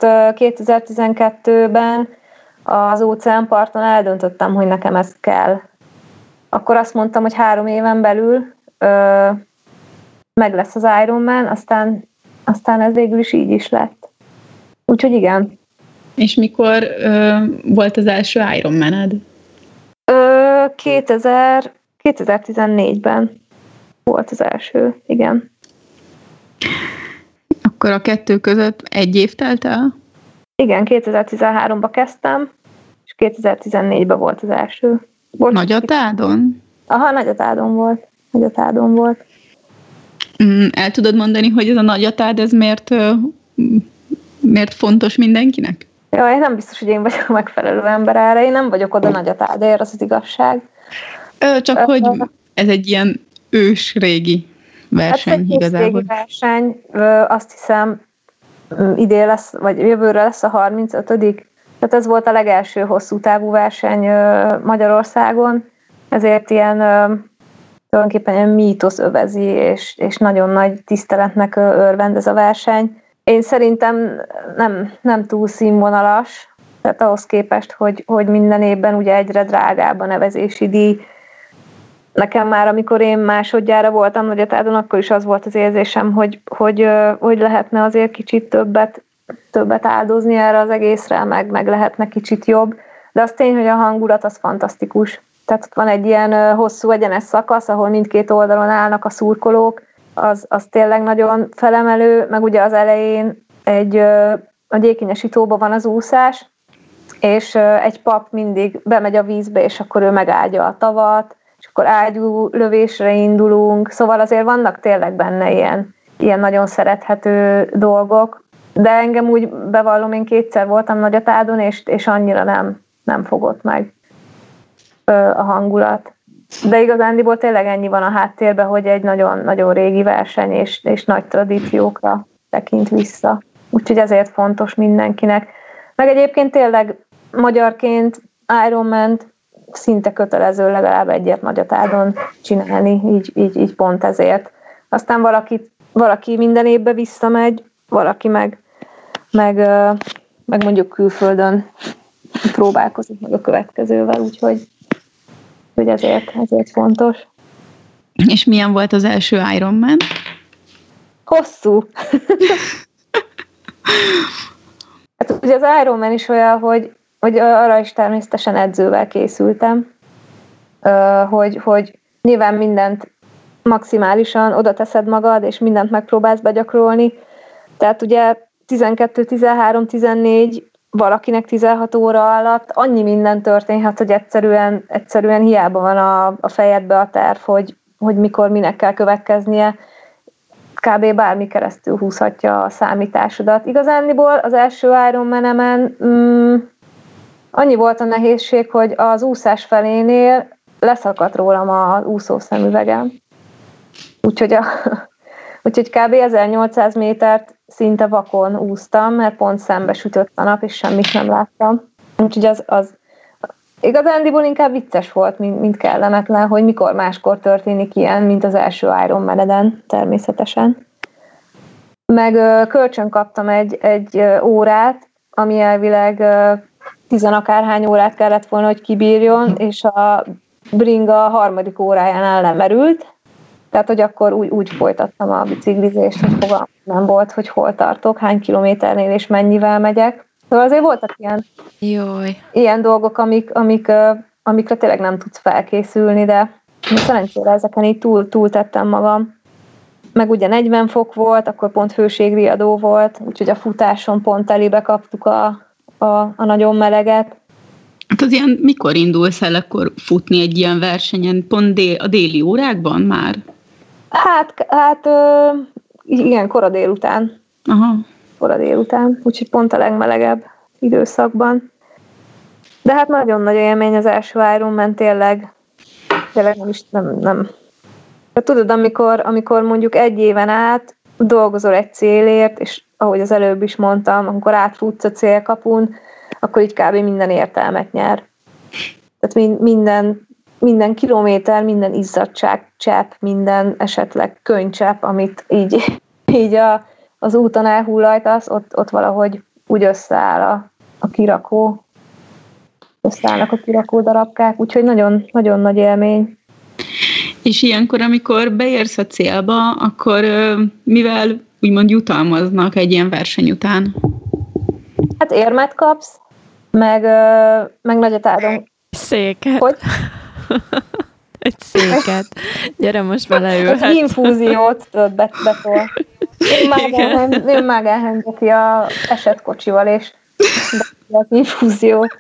Speaker 3: 2012-ben az óceánparton eldöntöttem, hogy nekem ez kell. Akkor azt mondtam, hogy 3 éven belül meg lesz az Ironman, aztán ez végül is így is lett. Úgyhogy igen.
Speaker 2: És mikor volt az első Ironmaned?
Speaker 3: 2014-ben volt az első, igen.
Speaker 2: Akkor a kettő között 1 év telt el?
Speaker 3: Igen, 2013-ba kezdtem, és 2014-ben volt az első.
Speaker 2: Nagyatádon?
Speaker 3: Aha, Nagyatádon volt.
Speaker 2: El tudod mondani, hogy ez a Nagyatád, ez miért fontos mindenkinek?
Speaker 3: Jaj, nem biztos, hogy én vagyok a megfelelő ember erre. Én nem vagyok oda Nagyatádért, az igazság.
Speaker 2: Csak hogy ez egy ilyen régi verseny, hát igazából.
Speaker 3: Régi verseny, azt hiszem idén lesz, vagy jövőre lesz a 35. Tehát ez volt a legelső hosszú távú verseny Magyarországon, ezért ilyen tulajdonképpen ilyen mítosz övezi, és nagyon nagy tiszteletnek örvend ez a verseny. Én szerintem nem túl színvonalas, tehát ahhoz képest, hogy minden évben ugye egyre drágább a nevezési díj. Nekem már, amikor én másodjára voltam Nagyatádon, akkor is az volt az érzésem, hogy lehetne azért kicsit többet áldozni erre az egészre, meg lehetne kicsit jobb. De az tény, hogy a hangulat az fantasztikus. Tehát ott van egy ilyen hosszú egyenes szakasz, ahol mindkét oldalon állnak a szurkolók, az tényleg nagyon felemelő, meg ugye az elején a Gyékényesi tóban van az úszás, és egy pap mindig bemegy a vízbe, és akkor ő megáldja a tavat, és akkor ágyú lövésre indulunk, szóval azért vannak tényleg benne ilyen nagyon szerethető dolgok, de engem úgy bevallom, én 2-szer voltam Nagyatádon, és annyira nem fogott meg a hangulat. De igazándiból tényleg ennyi van a háttérben, hogy egy nagyon-nagyon régi verseny, és nagy tradíciókra tekint vissza. Úgyhogy ezért fontos mindenkinek. Meg egyébként tényleg magyarként Ironman-t szinte kötelező legalább egyet Nagyatádon csinálni, így pont ezért. Aztán valaki minden évben visszamegy, valaki meg mondjuk külföldön próbálkozik meg a következővel, úgyhogy ezért fontos.
Speaker 2: És milyen volt az első Ironman?
Speaker 3: Hosszú. Hát ugye az Ironman is olyan, hogy arra is természetesen edzővel készültem, hogy nyilván mindent maximálisan oda teszed magad, és mindent megpróbálsz begyakorolni. Tehát ugye 12, 13, 14 valakinek 16 óra alatt annyi minden történhet, hogy egyszerűen hiába van a fejedbe a terv, hogy mikor minek kell következnie, kb. Bármi keresztül húzhatja a számításodat. Igazándiból az első Ironman-emen annyi volt a nehézség, hogy az úszás felénél leszakadt rólam az úszószemüvegem. Úgyhogy kb. 1800 métert szinte vakon úsztam, mert pont szembe sütött a nap, és semmit nem láttam. Úgyhogy az igazándiból inkább vicces volt, mint kellemetlen, hogy mikor máskor történik ilyen, mint az első Ironman-eden, természetesen. Meg kölcsön kaptam egy órát, ami elvileg 10 akárhány órát kellett volna, hogy kibírjon, és a bringa 3. órájánál lemerült, tehát, hogy akkor úgy folytattam a biciklizést, hogy fogalmam nem volt, hogy hol tartok, hány kilométernél és mennyivel megyek. Szóval azért voltak ilyen dolgok, amikre tényleg nem tudsz felkészülni, de szerencsére ezeken így túl tettem magam. Meg ugye 40 fok volt, akkor pont hőségriadó volt, úgyhogy a futáson pont telibe kaptuk a nagyon meleget.
Speaker 2: Hát az ilyen, mikor indulsz el akkor futni egy ilyen versenyen? Pont a déli órákban már?
Speaker 3: Hát igen, kora délután.
Speaker 2: Aha.
Speaker 3: Kora délután, úgyhogy pont a legmelegebb időszakban. De hát nagyon nagy élmény az első Ironman, tényleg nem. De tudod, amikor mondjuk egy éven át dolgozol egy célért, és ahogy az előbb is mondtam, amikor átfutsz a célkapun, akkor így kb. Minden értelmet nyer. Tehát minden kilométer, minden izzadságcsepp, minden esetleg könycsepp, amit így az úton elhullajtasz, ott valahogy úgy összeáll a kirakó. Összeállnak a kirakó darabkák, úgyhogy nagyon, nagyon nagy élmény.
Speaker 2: És ilyenkor, amikor beérsz a célba, akkor mivel úgymond jutalmaznak egy ilyen verseny után?
Speaker 3: Hát érmet kapsz, meg nagyot áldom.
Speaker 1: Széket.
Speaker 3: Hogy?
Speaker 1: Egy széket. Gyere, most beleülhetsz.
Speaker 3: Az infúziót betol. Én mágálhányom ki a esetkocsival, és az infúziót.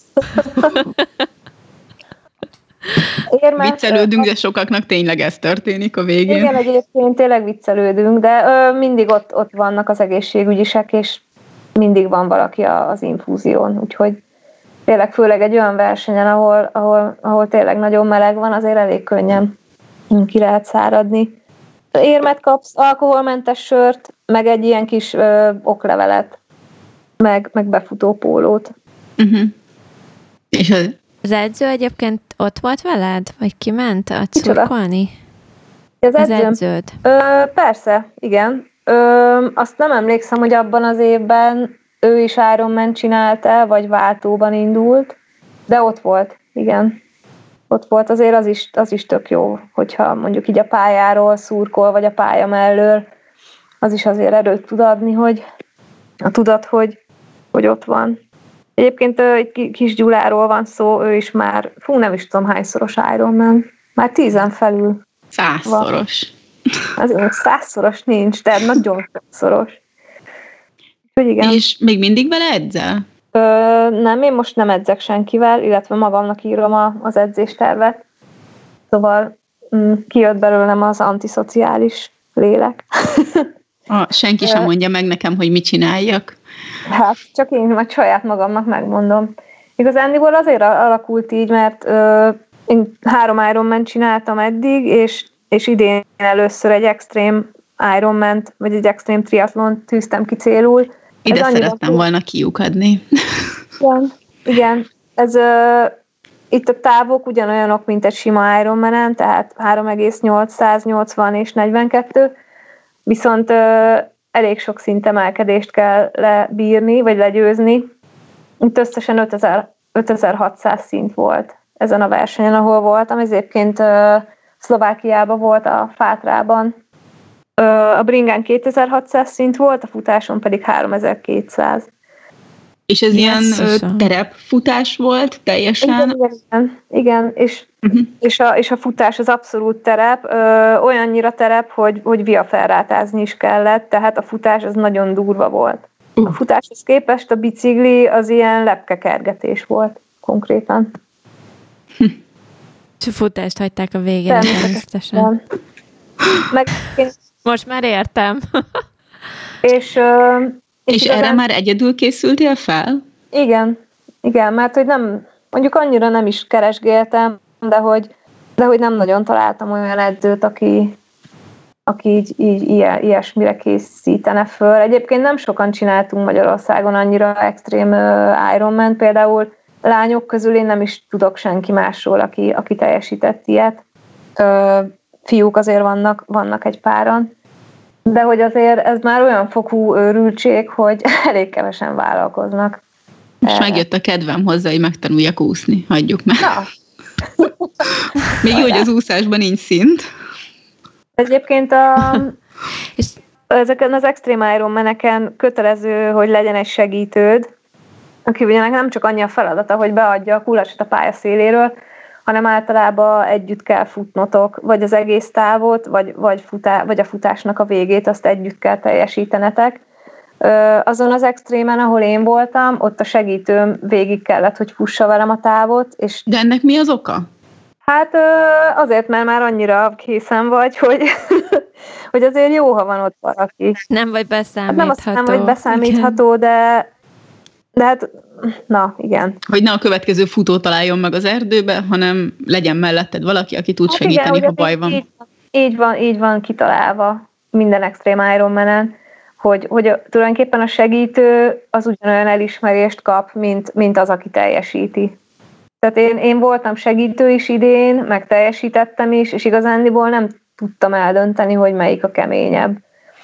Speaker 2: Viccelődünk, de sokaknak tényleg ez történik a végén.
Speaker 3: Igen, egyébként tényleg viccelődünk, de mindig ott vannak az egészségügyisek, és mindig van valaki az infúzión, úgyhogy tényleg főleg egy olyan versenyen, ahol tényleg nagyon meleg van, azért elég könnyen ki lehet száradni. Érmet kapsz, alkoholmentes sört, meg egy ilyen kis oklevelet, meg befutó pólót.
Speaker 2: Uh-huh. És
Speaker 1: az edző egyébként ott volt veled? Vagy kiment szurkolni?
Speaker 3: Az edződ? Persze, igen. Azt nem emlékszem, hogy abban az évben ő is Ironman csinálta, vagy váltóban indult, de ott volt, igen. Ott volt, azért az is tök jó, hogyha mondjuk így a pályáról szurkol, vagy a pálya mellől, az is azért erőt tud adni, hogy a tudat, hogy ott van. Egyébként egy kis Gyuláról van szó, ő is már, nem is tudom hányszoros Ironman, már 10-en felül.
Speaker 2: 100-szoros.
Speaker 3: Azért 100-szoros nincs, de nagyon szoros. Igen.
Speaker 2: És még mindig vele edzel?
Speaker 3: Nem, én most nem edzek senkivel, illetve magamnak írom az edzéstervet. Szóval kijött belőlem az antiszociális lélek.
Speaker 2: Senki sem mondja meg nekem, hogy mit csináljak.
Speaker 3: Hát, csak én majd saját magamnak megmondom. Igazándiból azért alakult így, mert én 3 Ironman csináltam eddig, és idén először egy extrém Ironman-t, vagy egy extrém triatlont tűztem ki célul.
Speaker 2: Ide szerettem volna kiukadni.
Speaker 3: Igen. Itt a távok ugyanolyanok, mint egy sima Ironman-en, tehát 3,880 és 42, viszont elég sok szintemelkedést kell lebírni, vagy legyőzni. Itt összesen 5600 szint volt ezen a versenyen, ahol voltam. Ez egyébként Szlovákiában volt, a Fátrában. A bringán 2600 szint volt, a futáson pedig 3200.
Speaker 2: És ez ilyen terepfutás volt teljesen?
Speaker 3: Igen. És a futás az abszolút terep, olyannyira terep, hogy viaferrátázni is kellett, tehát a futás az nagyon durva volt. A futáshoz képest a bicikli az ilyen lepkekergetés volt konkrétan.
Speaker 1: És a futást hagyták a végén természetesen. Most már értem.
Speaker 2: És erre már egyedül készültél fel?
Speaker 3: Igen, mert hogy nem, mondjuk annyira nem is keresgéltem, de hogy nem nagyon találtam olyan edzőt, aki így ilyesmire készítene föl. Egyébként nem sokan csináltunk Magyarországon annyira extrém Ironman, például lányok közül én nem is tudok senki másról, aki teljesített ilyet. Fiúk azért vannak egy páran, de hogy azért ez már olyan fokú őrültség, hogy elég kevesen vállalkoznak.
Speaker 2: És megjött a kedvem hozzá, hogy megtanuljak úszni. Hagyjuk meg.
Speaker 3: Na.
Speaker 2: Még jó, hogy az úszásban nincs szint.
Speaker 3: Egyébként ezeken az extrém Ironmaneken kötelező, hogy legyen egy segítőd, aki ugyanek nem csak annyi a feladata, hogy beadja a kulacsot a pálya széléről, hanem általában együtt kell futnotok, vagy az egész távot, vagy a futásnak a végét, azt együtt kell teljesítenetek. Azon az extrémen, ahol én voltam, ott a segítőm végig kellett, hogy fussa velem a távot.
Speaker 2: De ennek mi az oka?
Speaker 3: Hát azért, mert már annyira készen vagy, hogy azért jó, ha van ott valaki.
Speaker 1: Nem vagy beszámítható.
Speaker 3: Hát nem azt nem, hogy beszámítható, de De hát, na, igen.
Speaker 2: Hogy ne a következő futó találjon meg az erdőbe, hanem legyen melletted valaki, aki tud segíteni, ha baj van.
Speaker 3: Így van kitalálva minden Extreme Ironmanen, hogy tulajdonképpen a segítő az ugyanolyan elismerést kap, mint az, aki teljesíti. Tehát én voltam segítő is idén, meg teljesítettem is, és igazándiból nem tudtam eldönteni, hogy melyik a keményebb.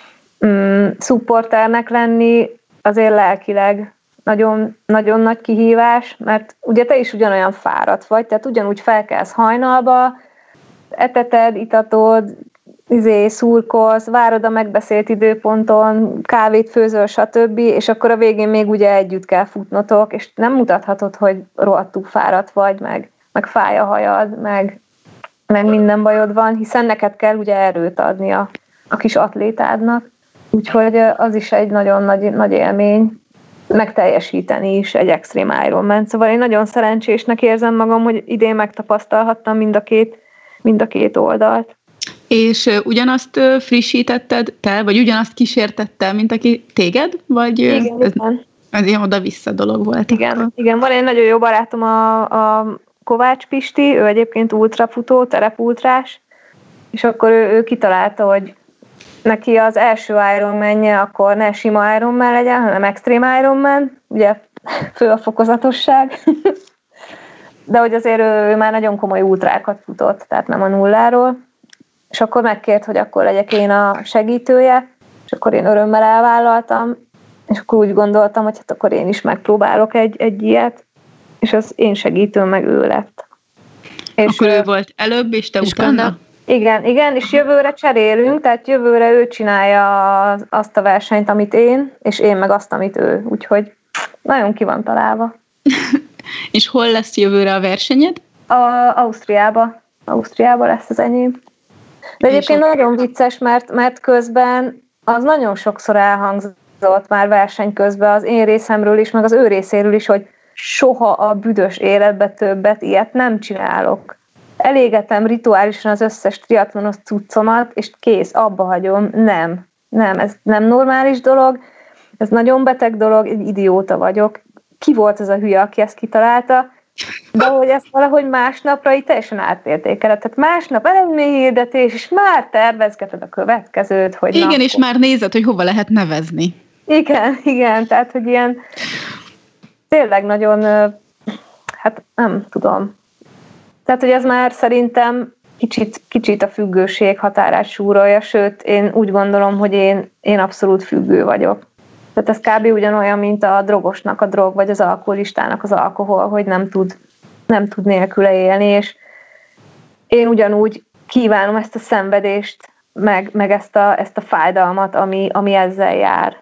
Speaker 3: Supporternek lenni azért lelkileg nagyon, nagyon nagy kihívás, mert ugye te is ugyanolyan fáradt vagy, tehát ugyanúgy felkelsz hajnalba, eteted, itatod, szurkolsz, várod a megbeszélt időponton, kávét főzöl, stb., és akkor a végén még ugye együtt kell futnotok, és nem mutathatod, hogy rohadtul fáradt vagy, meg fáj a hajad, meg minden bajod van, hiszen neked kell ugye erőt adni a kis atlétádnak. Úgyhogy az is egy nagyon nagy élmény, megteljesíteni is egy Extreme Ironman. Szóval én nagyon szerencsésnek érzem magam, hogy idén megtapasztalhattam mind a két oldalt.
Speaker 2: És ugyanazt frissítetted te, vagy ugyanazt kísértetted, mint aki téged? Vagy
Speaker 3: igen.
Speaker 2: Ez ilyen oda-vissza dolog volt?
Speaker 3: Igen, van egy nagyon jó barátom, a Kovács Pisti, ő egyébként ultrafutó, terepultrás, és akkor ő kitalálta, hogy neki az első Ironman-je akkor ne sima Ironman legyen, hanem Extreme Ironman, ugye fő a fokozatosság, de hogy azért ő már nagyon komoly ultrákat futott, tehát nem a nulláról, és akkor megkért, hogy akkor legyek én a segítője, és akkor én örömmel elvállaltam, és akkor úgy gondoltam, hogy hát akkor én is megpróbálok egy ilyet, és az én segítőm meg ő lett. És
Speaker 2: akkor ő volt előbb, és te utána?
Speaker 3: Igen, és jövőre cserélünk, tehát jövőre ő csinálja azt a versenyt, amit én, és én meg azt, amit ő. Úgyhogy nagyon ki van találva.
Speaker 2: És hol lesz jövőre a versenyed?
Speaker 3: Ausztriába lesz az enyém. De egyébként nagyon vicces, mert közben az nagyon sokszor elhangzott már verseny közben az én részemről is, meg az ő részéről is, hogy soha a büdös életben többet ilyet nem csinálok. Elégetem rituálisan az összes triatlonos cuccomat, és kész, abba hagyom. Nem, ez nem normális dolog, ez nagyon beteg dolog, egy idióta vagyok. Ki volt az a hülye, aki ezt kitalálta? De hogy ezt valahogy másnapra így teljesen átértékeled. Tehát másnap eredményhirdetés, és már tervezgeted a következőt, hogy
Speaker 2: igen, és már nézed, hogy hova lehet nevezni.
Speaker 3: Igen, tehát, hogy ilyen tényleg nagyon, hát nem tudom. Tehát, hogy ez már szerintem kicsit a függőség határát súrolja, sőt, én úgy gondolom, hogy én abszolút függő vagyok. Tehát ez kb. Ugyanolyan, mint a drogosnak a drog, vagy az alkoholistának az alkohol, hogy nem tud nélküle élni, és én ugyanúgy kívánom ezt a szenvedést, meg ezt a fájdalmat, ami ezzel jár.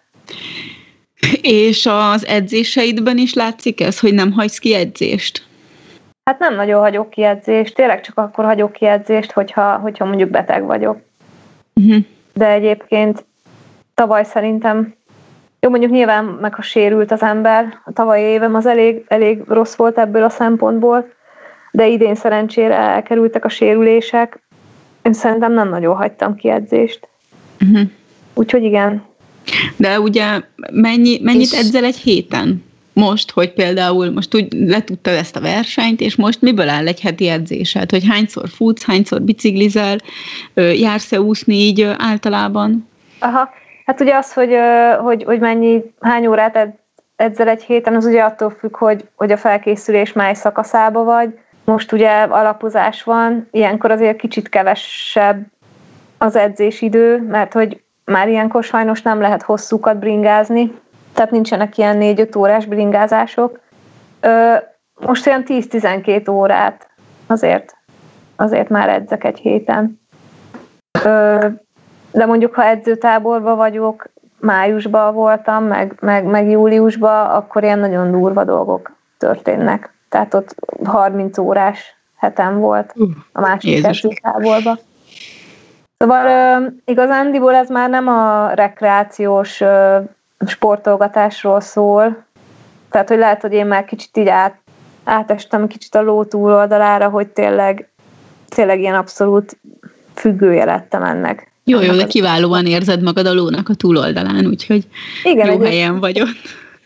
Speaker 2: És az edzéseidben is látszik ez, hogy nem hagysz ki edzést?
Speaker 3: Hát nem nagyon hagyok ki edzést, tényleg csak akkor hagyok ki edzést, hogyha mondjuk beteg vagyok.
Speaker 2: Uh-huh.
Speaker 3: De egyébként tavaly szerintem, jó, mondjuk nyilván meg ha sérült az ember, a tavalyi évem az elég rossz volt ebből a szempontból, de idén szerencsére elkerültek a sérülések, én szerintem nem nagyon hagytam ki edzést.
Speaker 2: Uh-huh.
Speaker 3: Úgyhogy igen.
Speaker 2: De ugye mennyit edzel egy héten? Most, hogy például most úgy letudtad ezt a versenyt, és most miből áll egy heti edzésed? Hogy hányszor futsz, hányszor biciklizel, jársz-e úszni így általában?
Speaker 3: Aha, hát ugye az, hogy hány órát edzel egy héten, az ugye attól függ, hogy a felkészülés mely szakaszába vagy. Most ugye alapozás van, ilyenkor azért kicsit kevesebb az edzésidő, mert hogy már ilyenkor sajnos nem lehet hosszúkat bringázni, tehát nincsenek ilyen 4-5 órás bringázások. Most olyan 10-12 órát azért már edzek egy héten. De mondjuk, ha edzőtáborban vagyok, májusban voltam, meg júliusban, akkor ilyen nagyon durva dolgok történnek. Tehát ott 30 órás hetem volt a másik edzőtáborban. Szóval igazándiból ez már nem a rekreációs sportolgatásról szól. Tehát, hogy lehet, hogy én már kicsit így átestem kicsit a ló túloldalára, hogy tényleg ilyen abszolút függője lettem ennek.
Speaker 2: Jó, de kiválóan érzed magad a lónak a túloldalán, úgyhogy igen, jó helyen vagy ott.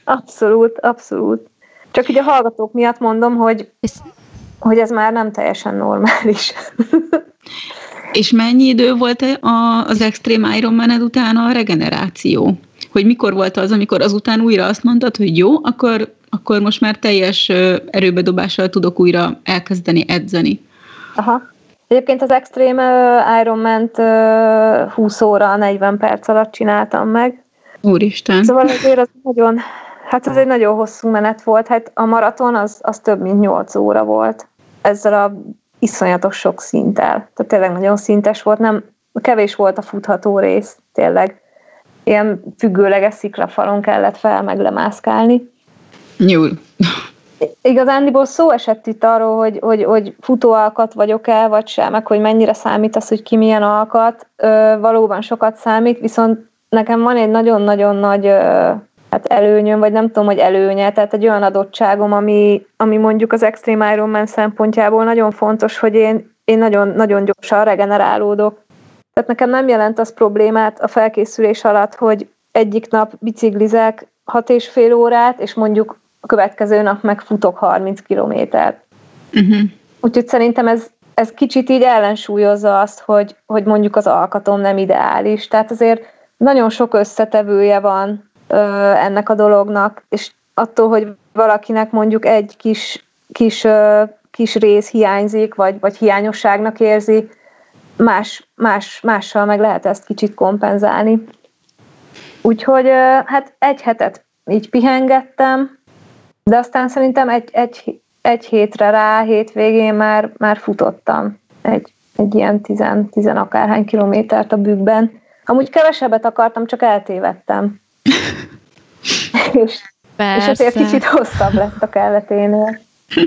Speaker 3: Abszolút, abszolút. Csak ugye a hallgatók miatt mondom, hogy ez már nem teljesen normális.
Speaker 2: És mennyi idő volt az Extreme Ironman-ed után a regeneráció? Hogy mikor volt az, amikor azután újra azt mondtad, hogy jó, akkor most már teljes erőbedobással tudok újra elkezdeni edzeni?
Speaker 3: Aha. Egyébként az Extreme Ironman-t 20 óra, 40 perc alatt csináltam meg.
Speaker 2: Úristen!
Speaker 3: Szóval azért az nagyon, ez egy nagyon hosszú menet volt. Hát a maraton az több mint 8 óra volt. Ezzel a iszonyatos sok szinttel. Tehát tényleg nagyon szintes volt. Nem, kevés volt a futható rész, tényleg. Ilyen függőleges sziklafalon kellett fel, meg lemászkálni.
Speaker 2: Nyúl.
Speaker 3: Igazándiból szó esett itt arról, hogy futóalkat vagyok-e, vagy sem, meg hogy mennyire számít az, hogy ki milyen alkat. Valóban sokat számít, viszont nekem van egy nagyon-nagyon nagy előnyöm, vagy nem tudom, hogy előnye, tehát egy olyan adottságom, ami mondjuk az Extreme Ironman szempontjából nagyon fontos, hogy én nagyon, nagyon gyorsan regenerálódok. Tehát nekem nem jelent az problémát a felkészülés alatt, hogy egyik nap biciklizek 6,5 órát, és mondjuk a következő nap meg futok 30 kilométert. Uh-huh. Úgyhogy szerintem ez kicsit így ellensúlyozza azt, hogy mondjuk az alkatom nem ideális. Tehát azért nagyon sok összetevője van ennek a dolognak, és attól, hogy valakinek mondjuk egy kis rész hiányzik, vagy hiányosságnak érzi, mással meg lehet ezt kicsit kompenzálni. Úgyhogy egy hetet így pihengettem, de aztán szerintem egy hétre rá, hétvégén már futottam egy ilyen 10 akárhány kilométert a bükkben. Amúgy kevesebbet akartam, csak eltévedtem. és ezért kicsit hosszabb lett a kelleténél.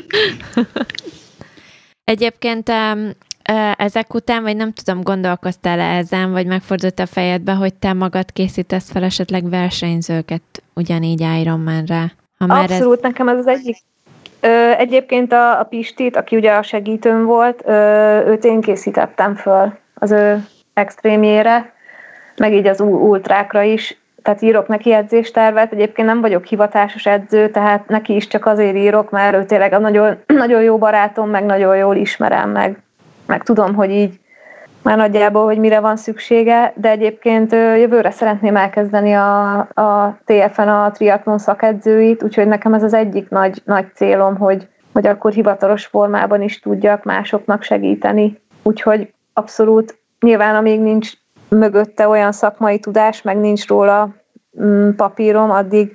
Speaker 1: Egyébként ezek után, vagy nem tudom, gondolkoztál-e ezen, vagy megfordult a fejedbe, hogy te magad készítesz fel esetleg versenyzőket ugyanígy Ironman-re?
Speaker 3: Abszolút, nekem ez az egyik. Egyébként a Pistit, aki ugye a segítőm volt, őt én készítettem föl az ő extrémjére, meg így az ultrákra is. Tehát írok neki edzéstervet, egyébként nem vagyok hivatásos edző, tehát neki is csak azért írok, mert ő tényleg a nagyon, nagyon jó barátom, meg nagyon jól ismerem, meg tudom, hogy így már nagyjából, hogy mire van szüksége, de egyébként jövőre szeretném elkezdeni a TFN a triatlon szakedzőit, úgyhogy nekem ez az egyik nagy célom, hogy akkor hivatalos formában is tudjak másoknak segíteni. Úgyhogy abszolút, nyilván amíg nincs mögötte olyan szakmai tudás, meg nincs róla papírom,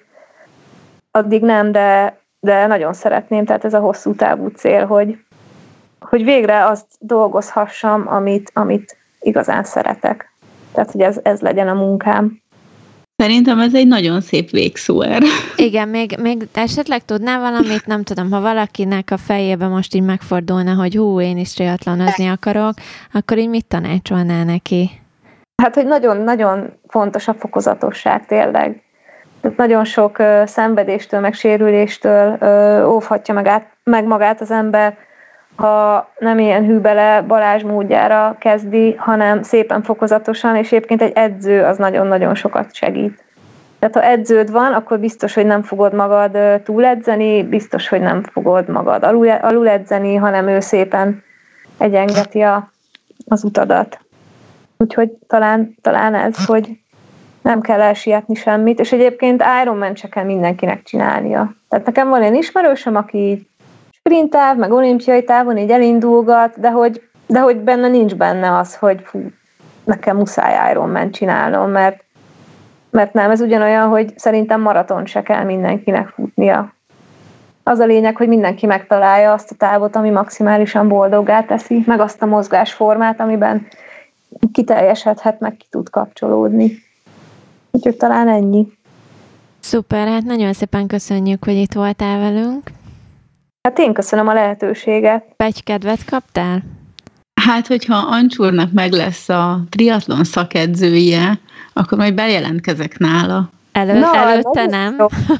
Speaker 3: addig nem, de nagyon szeretném, tehát ez a hosszú távú cél, hogy végre azt dolgozhassam, amit igazán szeretek. Tehát, hogy ez legyen a munkám.
Speaker 2: Szerintem ez egy nagyon szép végszó erre.
Speaker 1: Igen, még esetleg tudnál valamit, nem tudom, ha valakinek a fejébe most így megfordulna, hogy én is triatlonozni akarok, akkor így mit tanácsolnál neki?
Speaker 3: Hát, hogy nagyon-nagyon fontos a fokozatosság tényleg. Tehát nagyon sok szenvedéstől, meg sérüléstől óvhatja meg magát az ember, ha nem ilyen hűbele Balázs módjára kezdi, hanem szépen fokozatosan, és egyébként egy edző az nagyon-nagyon sokat segít. Tehát ha edződ van, akkor biztos, hogy nem fogod magad túledzeni, biztos, hogy nem fogod magad aluledzeni, hanem ő szépen egyengeti az utadat. Úgyhogy talán ez, hogy nem kell elsietni semmit, és egyébként Ironman se kell mindenkinek csinálnia. Tehát nekem van egy ismerősöm, aki így sprintáv, meg olimpiai távon így elindulgat, de hogy benne nincs benne az, hogy nekem muszáj Ironman csinálnom, mert nem, ez ugyanolyan, hogy szerintem maraton se kell mindenkinek futnia. Az a lényeg, hogy mindenki megtalálja azt a távot, ami maximálisan boldoggá teszi, meg azt a mozgásformát, amiben kiteljesedhet, meg ki tud kapcsolódni. Úgyhogy talán ennyi.
Speaker 1: Szuper, hát nagyon szépen köszönjük, hogy itt voltál velünk.
Speaker 3: Hát én köszönöm a lehetőséget.
Speaker 1: Egy kedvet kaptál?
Speaker 2: Hát, hogyha Ancsúrnak meg lesz a triatlon szakedzője, akkor majd bejelentkezek nála.
Speaker 1: Előtte nem?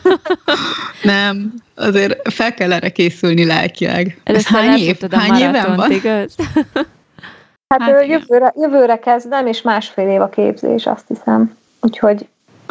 Speaker 2: Nem, azért fel kell erre készülni lelkileg. Ez hány éven van?
Speaker 1: Igaz?
Speaker 3: Hát jövőre kezdem, és 1,5 év a képzés, azt hiszem. Úgyhogy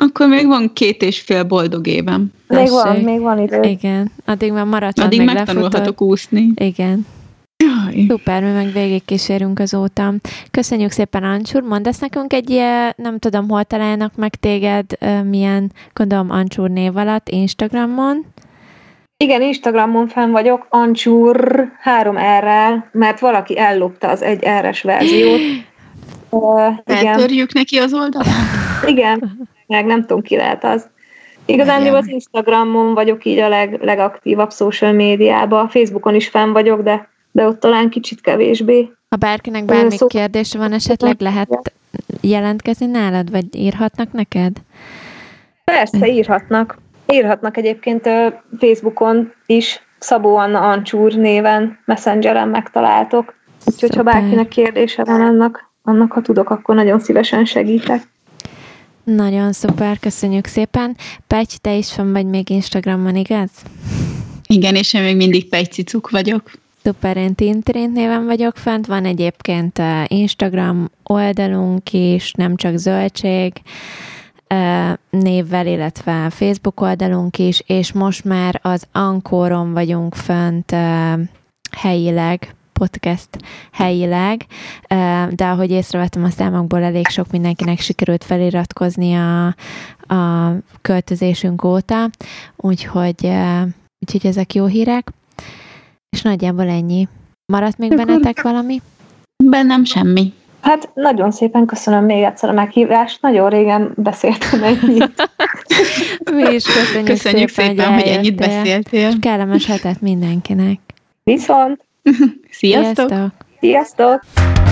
Speaker 2: Akkor még van 2,5 boldog évem.
Speaker 3: Még van idő.
Speaker 1: Igen, addig már maratón
Speaker 2: addig megtanulhatok úszni.
Speaker 1: Igen. Jaj. Szuper, mi meg végigkísérünk azóta. Köszönjük szépen, Ancsúr. Mondasz nekünk egy ilyen, nem tudom, hol találnak meg téged, milyen, gondolom, Ancsúr név alatt, Instagramon?
Speaker 3: Igen, Instagramon fenn vagyok, Ancsúr 3R-rel, mert valaki ellopta az 1R-es verziót.
Speaker 2: Eltörjük neki az oldalát?
Speaker 3: Igen, meg nem tudom, ki lehet az. Igazán az Instagramon vagyok így a legaktívabb social médiában. Facebookon is fenn vagyok, de ott talán kicsit kevésbé.
Speaker 1: Ha bárkinek bármi kérdése van, esetleg lehet jelentkezni nálad, vagy írhatnak neked?
Speaker 3: Persze, írhatnak. Írhatnak egyébként Facebookon is, Szabó Anna Ancsúr néven, Messengeren megtaláltok. Úgyhogy ha bárkinek kérdése van annak, ha tudok, akkor nagyon szívesen segítek.
Speaker 1: Nagyon szuper, köszönjük szépen. Petty, te is fenn vagy még Instagramon, igaz?
Speaker 2: Igen, és én még mindig Petty-cuk vagyok.
Speaker 1: Szuper, én Tintrint néven vagyok fent, van egyébként Instagram oldalunk is, nem csak Zöldség névvel, illetve Facebook oldalunk is, és most már az Anchoron vagyunk fönt helyileg, podcast helyileg, de ahogy észrevettem a számokból, elég sok mindenkinek sikerült feliratkozni a költözésünk óta, úgyhogy ezek jó hírek, és nagyjából ennyi. Maradt még bennetek valami?
Speaker 2: Bennem semmi.
Speaker 3: Hát nagyon szépen köszönöm még egyszer a meghívást, nagyon régen beszéltem ennyit.
Speaker 1: Mi is köszönjük szépen,
Speaker 2: hogy ennyit beszéltél.
Speaker 1: És kellemes hetet mindenkinek.
Speaker 3: Viszont!
Speaker 2: Sziasztok!
Speaker 3: Sziasztok!